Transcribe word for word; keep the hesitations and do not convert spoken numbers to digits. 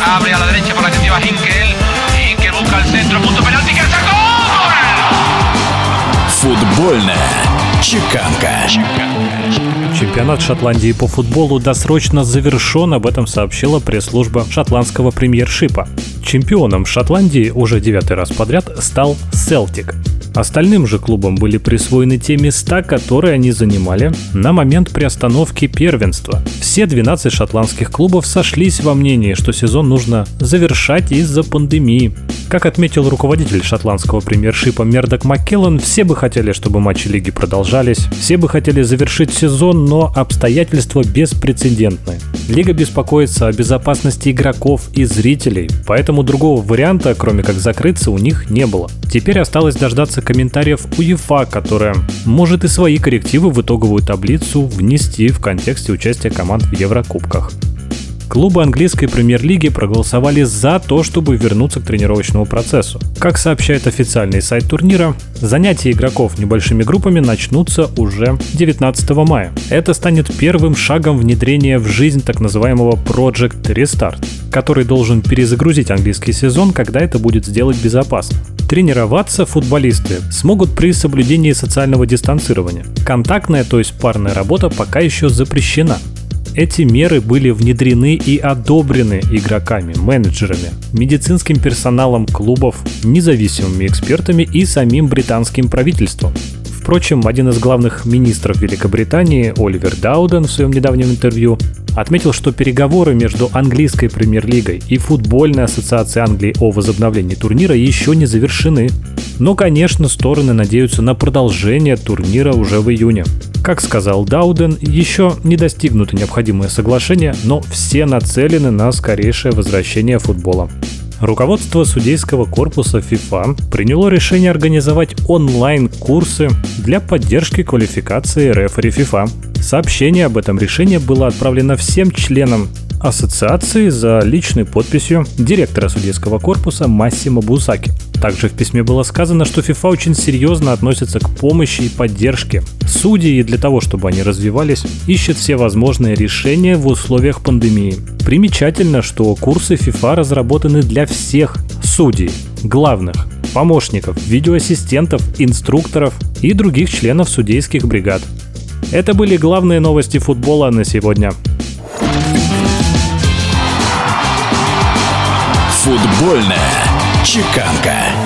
abre a la derecha por la que lleva Hinkel. Hinkel busca el centro, punto penalti, que sacó. Футбольная чеканка. Чемпионат Шотландии по футболу досрочно завершен, об этом сообщила пресс-служба шотландского премьер-шипа. Чемпионом Шотландии уже девятый раз подряд стал Селтик. Остальным же клубам были присвоены те места, которые они занимали на момент приостановки первенства. Все двенадцать шотландских клубов сошлись во мнении, что сезон нужно завершать из-за пандемии. Как отметил руководитель шотландского премьер-шипа Мердок Маккеллан, все бы хотели, чтобы матчи лиги продолжались, все бы хотели завершить сезон, но обстоятельства беспрецедентны. Лига беспокоится о безопасности игроков и зрителей, поэтому другого варианта, кроме как закрыться, у них не было. Теперь осталось дождаться комментариев УЕФА, которая может и свои коррективы в итоговую таблицу внести в контексте участия команд в Еврокубках. Клубы английской премьер-лиги проголосовали за то, чтобы вернуться к тренировочному процессу. Как сообщает официальный сайт турнира, занятия игроков небольшими группами начнутся уже девятнадцатого мая. Это станет первым шагом внедрения в жизнь так называемого Project Restart, который должен перезагрузить английский сезон, когда это будет сделать безопасно. Тренироваться футболисты смогут при соблюдении социального дистанцирования. Контактная, то есть парная работа, пока еще запрещена. Эти меры были внедрены и одобрены игроками, менеджерами, медицинским персоналом клубов, независимыми экспертами и самим британским правительством. Впрочем, один из главных министров Великобритании, Оливер Дауден, в своем недавнем интервью отметил, что переговоры между английской премьер-лигой и футбольной ассоциацией Англии о возобновлении турнира еще не завершены. Но, конечно, стороны надеются на продолжение турнира уже в июне. Как сказал Дауден, еще не достигнуто необходимое соглашение, но все нацелены на скорейшее возвращение футбола. Руководство судейского корпуса FIFA приняло решение организовать онлайн-курсы для поддержки квалификации рефери FIFA. Сообщение об этом решении было отправлено всем членам ассоциации за личной подписью директора судейского корпуса Массимо Бузаки. Также в письме было сказано, что FIFA очень серьезно относится к помощи и поддержке судей, и для того, чтобы они развивались, ищет все возможные решения в условиях пандемии. Примечательно, что курсы FIFA разработаны для всех судей, главных, помощников, видеоассистентов, инструкторов и других членов судейских бригад. Это были главные новости футбола на сегодня. Футбольная чеканка.